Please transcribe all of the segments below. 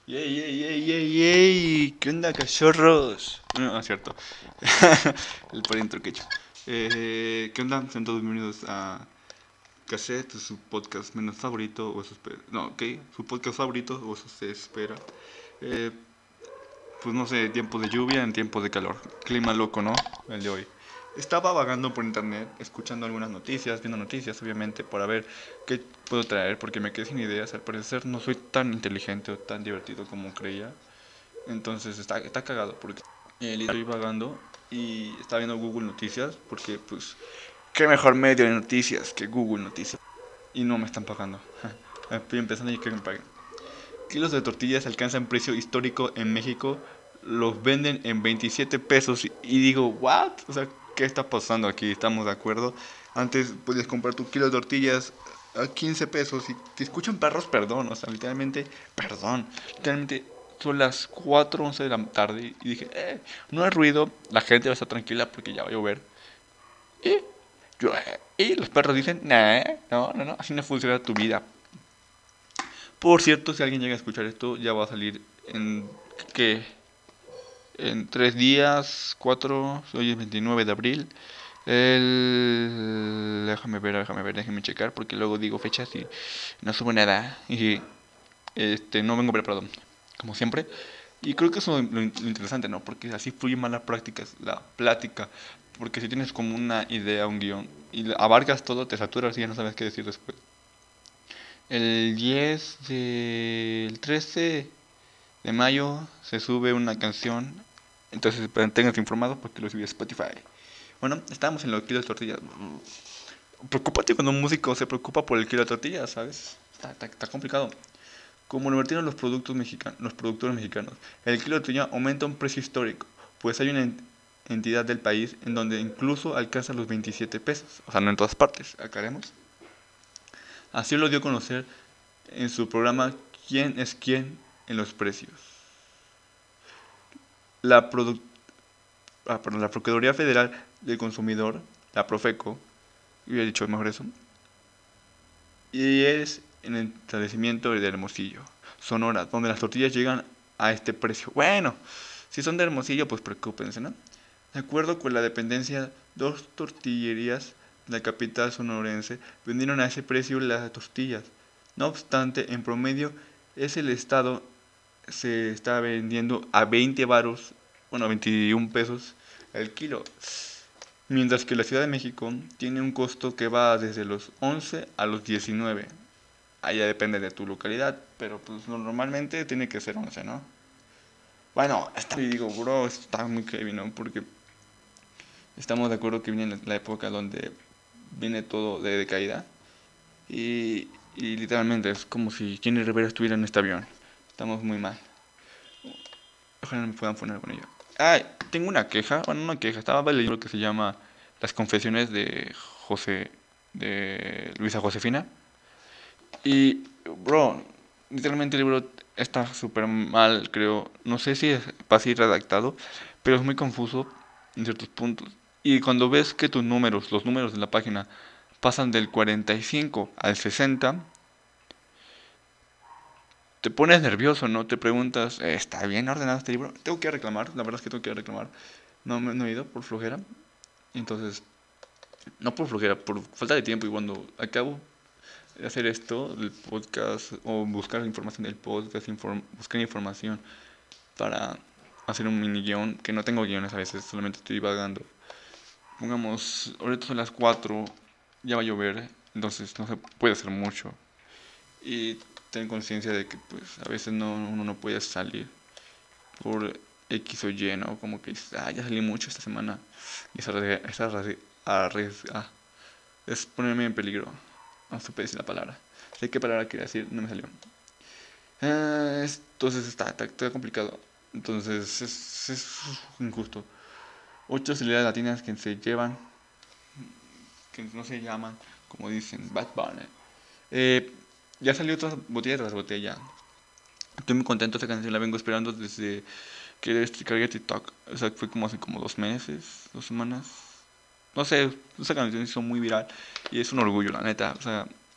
Yey, yey, yey, yey, yey. ¿Qué onda, cachorros? No, no es cierto. El pariente que he hecho. ¿Qué onda? Sean todos bienvenidos a Cassette, su podcast menos favorito, o eso espera. No, ok, su podcast favorito, o eso se espera. Eh, pues no sé, tiempos de lluvia en tiempos de calor. Clima loco, ¿no? El de hoy. Estaba vagando por internet, escuchando algunas noticias, viendo noticias, obviamente, para ver qué puedo traer, porque me quedé sin ideas. Al parecer no soy tan inteligente o tan divertido como creía. Entonces está cagado, porque estoy vagando y estaba viendo Google Noticias, porque pues, qué mejor medio de noticias que Google Noticias. Y no me están pagando. Estoy empezando y que me paguen. Kilos de tortillas alcanzan precio histórico en México, los venden en 27 pesos y digo, ¿what? O sea, ¿qué está pasando aquí? ¿Estamos de acuerdo? Antes podías comprar tu kilo de tortillas a 15 pesos y te escuchan perros, perdón, o sea, literalmente, perdón, literalmente son las 4:11 de la tarde y dije, no hay ruido, la gente va a estar tranquila porque ya va a llover. Y, y los perros dicen, nah, no, no, no, así no funciona tu vida. Por cierto, si alguien llega a escuchar esto, ya va a salir en, ¿qué? En 3 días, 4, hoy es 29 de abril. Déjame checar, porque luego digo fechas y no subo nada. Y no vengo preparado, como siempre. Y creo que eso es lo interesante, ¿no? Porque así fluye más la plática. Porque si tienes como una idea, un guión, y abarcas todo, te saturas y ya no sabes qué decir después. El 13 de mayo se sube una canción. Entonces, manténganse informados porque lo subí a Spotify. Bueno, estábamos en los kilos de tortillas. Preocúpate cuando un músico se preocupa por el kilo de tortillas, ¿sabes? Está complicado. Como lo invirtieron los productores mexicanos, el kilo de tortilla aumenta un precio histórico, pues hay una entidad del país en donde incluso alcanza los 27 pesos. O sea, no en todas partes, aclaremos. Así lo dio a conocer en su programa ¿Quién es quién en los precios? La, produ- la Procuraduría Federal del Consumidor, la Profeco, hubiera dicho mejor eso, y es en el establecimiento de Hermosillo, Sonora, donde las tortillas llegan a este precio. Bueno, si son de Hermosillo, pues preocúpense, ¿no? De acuerdo con la dependencia, dos tortillerías de la capital sonorense vendieron a ese precio las tortillas. No obstante, en promedio, es el estado se está vendiendo a 20 varos, bueno, 21 pesos el kilo. Mientras que la Ciudad de México tiene un costo que va desde los 11 a los 19. Allá depende de tu localidad, pero pues normalmente tiene que ser 11, ¿no? Bueno, y digo, bro, está muy heavy, ¿no? Porque estamos de acuerdo que viene la época donde viene todo de decaída. Y literalmente es como si Jenny Rivera estuviera en este avión. Estamos muy mal. Ojalá no me puedan poner con ello. Ah, tengo una queja. Bueno, una queja. Estaba leyendo un libro que se llama Las Confesiones de José. De Luisa Josefina. Y, bro, literalmente el libro está súper mal, creo. No sé si es así redactado, pero es muy confuso en ciertos puntos. Y cuando ves que tus números, los números de la página, pasan del 45 al 60, te pones nervioso, ¿no? Te preguntas, ¿está bien ordenado este libro? Tengo que reclamar, la verdad es que tengo que reclamar. No he ido por flojera. Entonces, no por flojera, por falta de tiempo. Y cuando acabo de hacer esto, el podcast, o buscar información del podcast, buscar información para hacer un mini guión, que no tengo guiones a veces, solamente estoy vagando. Pongamos, ahorita son las 4, ya va a llover, entonces no se puede hacer mucho. Y ten conciencia de que pues a veces uno no puede salir por X o Y, ¿no? Como que dices, ya salí mucho esta semana. Y es ponerme en peligro. No se puede decir la palabra. Sé qué palabra quería decir, no me salió. Entonces está complicado. Entonces es injusto. 8 celebridades latinas que se llevan, que no se llaman, como dicen, Bad Bunny. Eh, ya salió otra botella tras botella. Estoy muy contento, esta canción la vengo esperando desde que descargué TikTok. O sea, fue como hace como 2 meses, 2 semanas. No sé, esa canción se hizo muy viral y es un orgullo, la neta. O sea,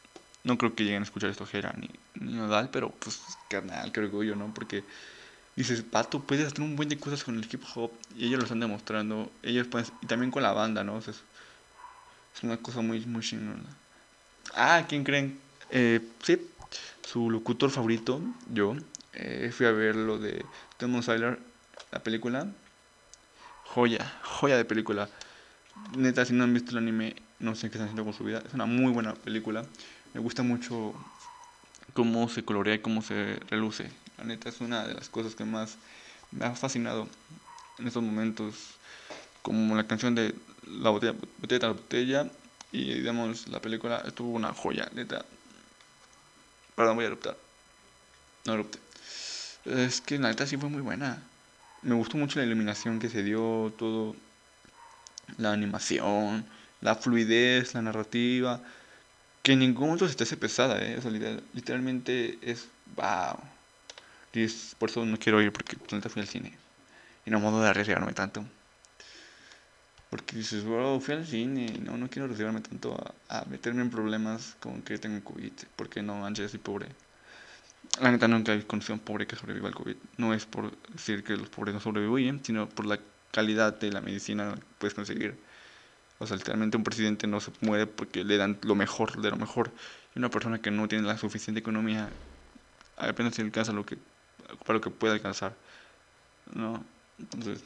No creo que lleguen a escuchar esto Jera ni Nodal, pero pues carnal, qué orgullo, ¿no? Porque dices, pato, puedes hacer un buen de cosas con el hip hop y ellos lo están demostrando. Ellos pueden, y también con la banda, ¿no? O sea, es una cosa muy chingona. Ah, ¿quién creen? Sí, su locutor favorito, yo, fui a ver lo de Demon Slayer, la película. Joya de película. Neta, si no han visto el anime, no sé qué están haciendo con su vida. Es una muy buena película. Me gusta mucho cómo se colorea y cómo se reluce. La neta es una de las cosas que más me ha fascinado en estos momentos. Como la canción de La botella, botella tras botella. Y digamos, la película estuvo una joya, neta. Perdón, voy a eruptar. No erupte. Es que la neta sí fue muy buena. Me gustó mucho la iluminación que se dio, todo, la animación, la fluidez, la narrativa. Que en ningún momento se te hace pesada, ¿eh? O sea, literalmente es. ¡Wow! Y por eso no quiero ir, porque la neta fui al cine. Y no modo de arriesgarme tanto. Porque dices, bro, fui al cine. No quiero arriesgarme tanto a meterme en problemas como que tengo COVID. Porque no manches, soy pobre. La neta nunca he conocido a un pobre que sobreviva al COVID. No es por decir que los pobres no sobreviven, sino por la calidad de la medicina que puedes conseguir. O sea, literalmente un presidente no se muere porque le dan lo mejor de lo mejor. Y una persona que no tiene la suficiente economía apenas se alcanza para lo que puede alcanzar. ¿No? Entonces,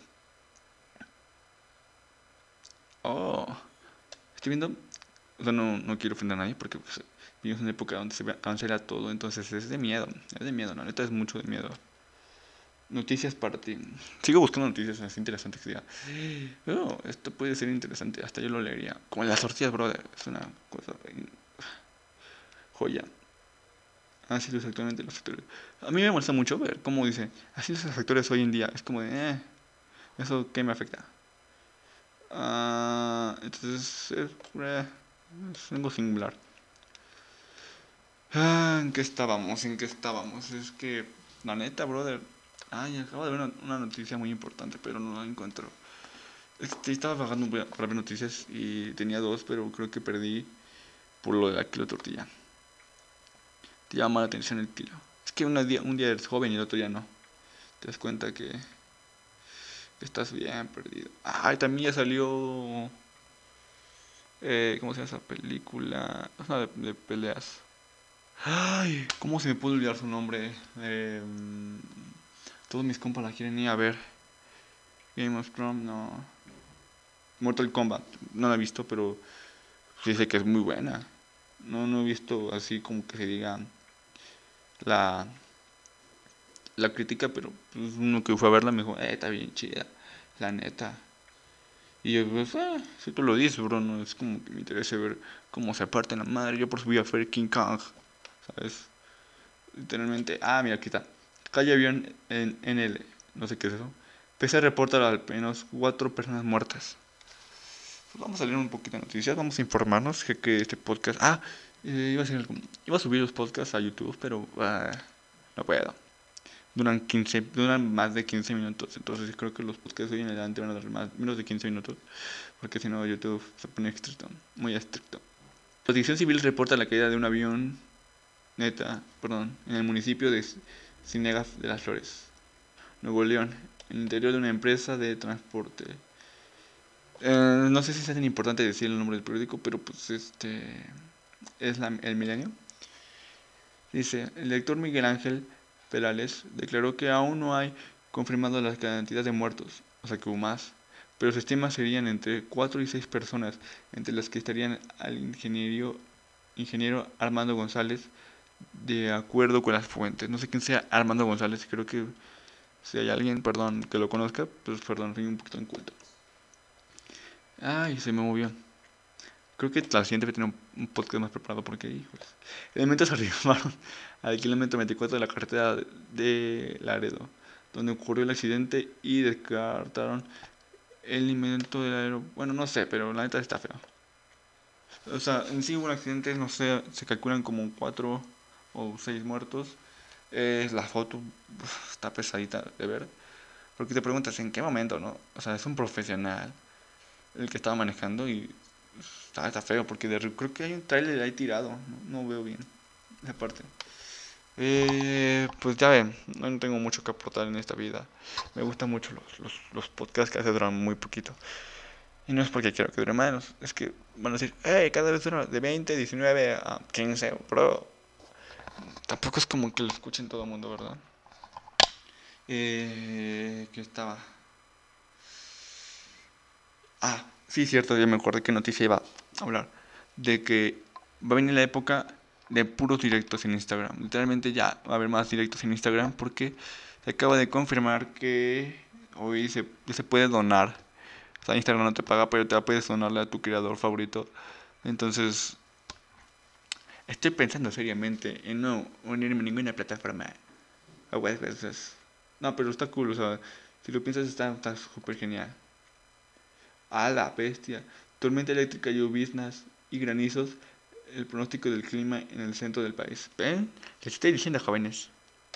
oh, estoy viendo, o sea, no quiero ofender a nadie porque pues, vivimos en una época donde se cancela todo, entonces es de miedo, ¿no? Neta es mucho de miedo. Noticias para ti. Sigo buscando noticias así interesantes que diga, oh, esto puede ser interesante, hasta yo lo leería. Como las tortillas, brother, es una cosa joya. Así los actualmente los actores. A mí me molesta mucho ver cómo dice, así los actores hoy en día. Es como de, ¿eso qué me afecta? Entonces, es algo singular. ¿En qué estábamos? ¿En qué estábamos? Es que, la neta, brother. Ay, acabo de ver una noticia muy importante, pero no la encuentro. Estaba bajando para ver noticias y tenía dos, pero creo que perdí por lo de la kilo tortilla. Te llama la atención el kilo. Es que un día eres joven y el otro ya no. Te das cuenta que estás bien perdido. Ay, también ya salió. ¿Cómo se llama esa película? Es una de peleas. Ay, ¿cómo se me puede olvidar su nombre? Todos mis compas la quieren ir a ver. Game of Thrones, no. Mortal Kombat, no la he visto, pero sí sé que es muy buena. No he visto así como que se diga la, la crítica, pero pues, uno que fue a verla me dijo, está bien chida, la neta. Y yo, pues, si tú lo dices, bro, no es como que me interese ver cómo se aparten la madre. Yo por eso voy a ver King Kong, ¿sabes? Literalmente, mira, aquí está. Calle avión en NL, no sé qué es eso. PESA reporta al menos 4 personas muertas. Pues vamos a leer un poquito de noticias, vamos a informarnos que este podcast. Iba a subir los podcasts a YouTube, pero no puedo. Duran más de 15 minutos, entonces creo que los podcasts hoy en adelante van a durar menos de 15 minutos, porque si no YouTube se pone estricto, muy estricto. Protección Civil reporta la caída de un avión, en el municipio de Ciénegas de las Flores, Nuevo León, en el interior de una empresa de transporte. No sé si es tan importante decir el nombre del periódico, pero pues es el Milenio. Dice, el lector Miguel Ángel Perales declaró que aún no hay confirmado la cantidad de muertos, o sea que hubo más, pero se estima serían entre 4 y 6 personas, entre las que estarían al ingeniero Armando González, de acuerdo con las fuentes. No sé quién sea Armando González, creo que si hay alguien, perdón, que lo conozca, pues perdón, soy un poquito inculto. Ay, se me movió. Creo que la siguiente vez tener un podcast más preparado porque, híjoles. Elementos arribaron al kilómetro 24 de la carretera de Laredo, donde ocurrió el accidente y descartaron el invento del aeropuerto. Bueno, no sé, pero la neta está feo. O sea, en sí hubo un accidente, no sé, se calculan como 4 o 6 muertos. La foto está pesadita de ver. Porque te preguntas, ¿en qué momento, no? O sea, es un profesional el que estaba manejando y Está feo porque creo que hay un trailer ahí tirado. No veo bien esa parte. Pues ya ven, no tengo mucho que aportar en esta vida. Me gustan mucho los podcasts que a veces duran muy poquito. Y no es porque quiero que dure menos, es que van a decir, hey, cada vez dura de 20, 19 a 15, bro. Tampoco es como que lo escuchen todo el mundo, ¿verdad? ¿Qué estaba? Sí, cierto, ya me acordé que noticia iba a hablar. De que va a venir la época de puros directos en Instagram. Literalmente ya va a haber más directos en Instagram porque se acaba de confirmar que hoy ya se puede donar. O sea, Instagram no te paga, pero te puedes donarle a tu creador favorito. Entonces, estoy pensando seriamente en no unirme a ninguna plataforma. A veces. No, pero está cool, o sea, si lo piensas está súper genial. A la bestia. Tormenta eléctrica, lloviznas y granizos. El pronóstico del clima en el centro del país. ¿Ven? Les estoy diciendo, jóvenes,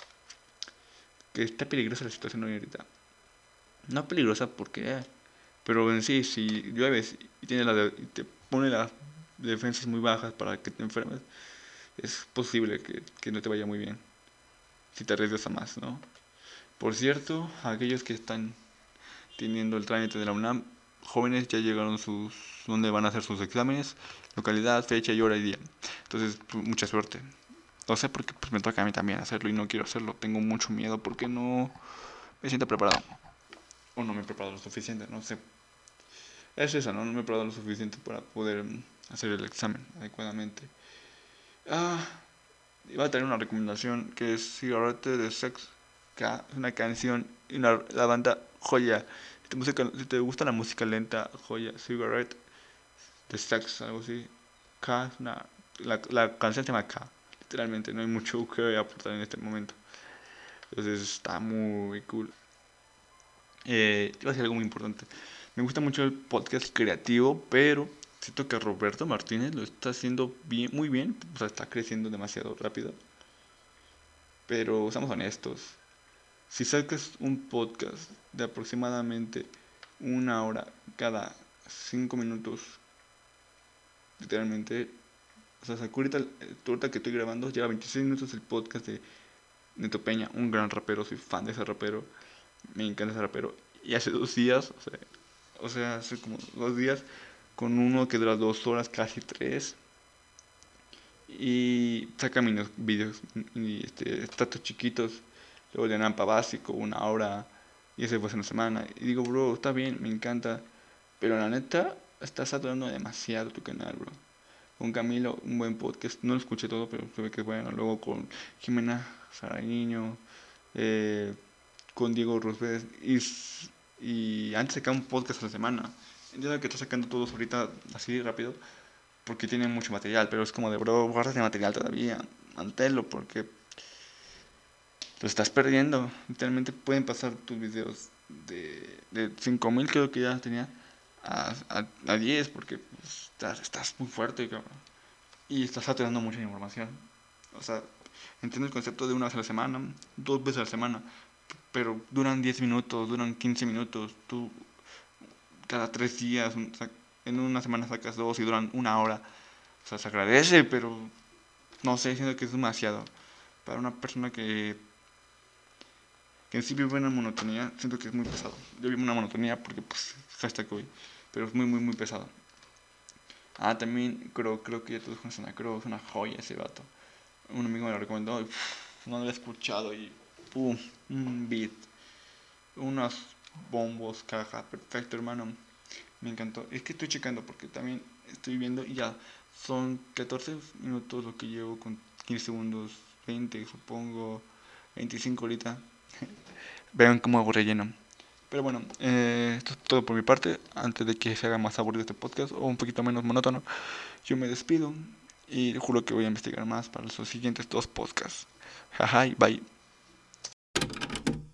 que está peligrosa la situación hoy ahorita. No peligrosa porque... pero en sí, si llueves y y te pone las defensas muy bajas para que te enfermes, es posible que no te vaya muy bien. Si te arriesgas a más, ¿no? Por cierto, aquellos que están teniendo el trámite de la UNAM, jóvenes, ya llegaron donde van a hacer sus exámenes, localidad, fecha y hora y día. Entonces, mucha suerte. No sé porque pues me toca a mí también hacerlo y no quiero hacerlo. Tengo mucho miedo porque no me siento preparado. O no me he preparado lo suficiente, no sé. Es eso, ¿no? No me he preparado lo suficiente para poder hacer el examen adecuadamente. Ah, iba a tener una recomendación que es Cigarette de Sex K, es una canción y la banda Joya. Si te gusta la música lenta, Joya, Cigarette de Sex, algo así. K, la canción se llama K, literalmente, no hay mucho que aportar en este momento. Entonces está muy cool. Iba a decir algo muy importante. Me gusta mucho el podcast creativo, pero siento que Roberto Martínez lo está haciendo bien, muy bien. O sea, está creciendo demasiado rápido. Pero seamos honestos. Si sacas un podcast de aproximadamente una hora cada 5 minutos, literalmente, o sea, ahorita que estoy grabando, lleva 26 minutos el podcast de Neto Peña, un gran rapero, soy fan de ese rapero, me encanta ese rapero. Y hace 2 días, o sea, hace como 2 días, con uno que dura 2 horas, casi tres, y saca mis videos y estatus chiquitos, luego le dan para básico, una hora, y ese fue hace una semana. Y digo, bro, está bien, me encanta, pero la neta, estás saturando demasiado tu canal, bro. Con Camilo, un buen podcast, no lo escuché todo, pero se ve que es bueno. Luego con Jimena Saraño, con Diego Rosves, y antes sacaba un podcast a la semana. Entiendo que está sacando todos ahorita así rápido, porque tiene mucho material, pero es como de, bro, guárdate material todavía, mantelo, porque lo estás perdiendo. Literalmente pueden pasar tus videos de 5000, creo que ya tenía, a 10, porque pues, estás muy fuerte, cabrón. Y estás saturando mucha información. O sea, entiendo el concepto de una vez a la semana, 2 veces a la semana, pero duran 10 minutos, duran 15 minutos. Tú cada 3 días, en una semana sacas dos y duran una hora. O sea, se agradece, pero no sé, siento que es demasiado. Para una persona que en sí vive una monotonía, siento que es muy pesado. Yo vivo una monotonía porque, pues, hashtag hoy, pero es muy, muy, muy pesado. También creo que ya todos conocen a Crow, es una joya ese vato. Un amigo me lo recomendó y no lo había escuchado y pum, un beat, unos bombos, caja, perfecto, hermano. Me encantó. Es que estoy checando porque también estoy viendo y ya son 14 minutos lo que llevo con 15 segundos, 20 supongo, 25 ahorita. Vean cómo hago relleno. Pero bueno, esto es todo por mi parte. Antes de que se haga más aburrido este podcast o un poquito menos monótono, yo me despido y juro que voy a investigar más para los siguientes 2 podcasts. Jaja, bye.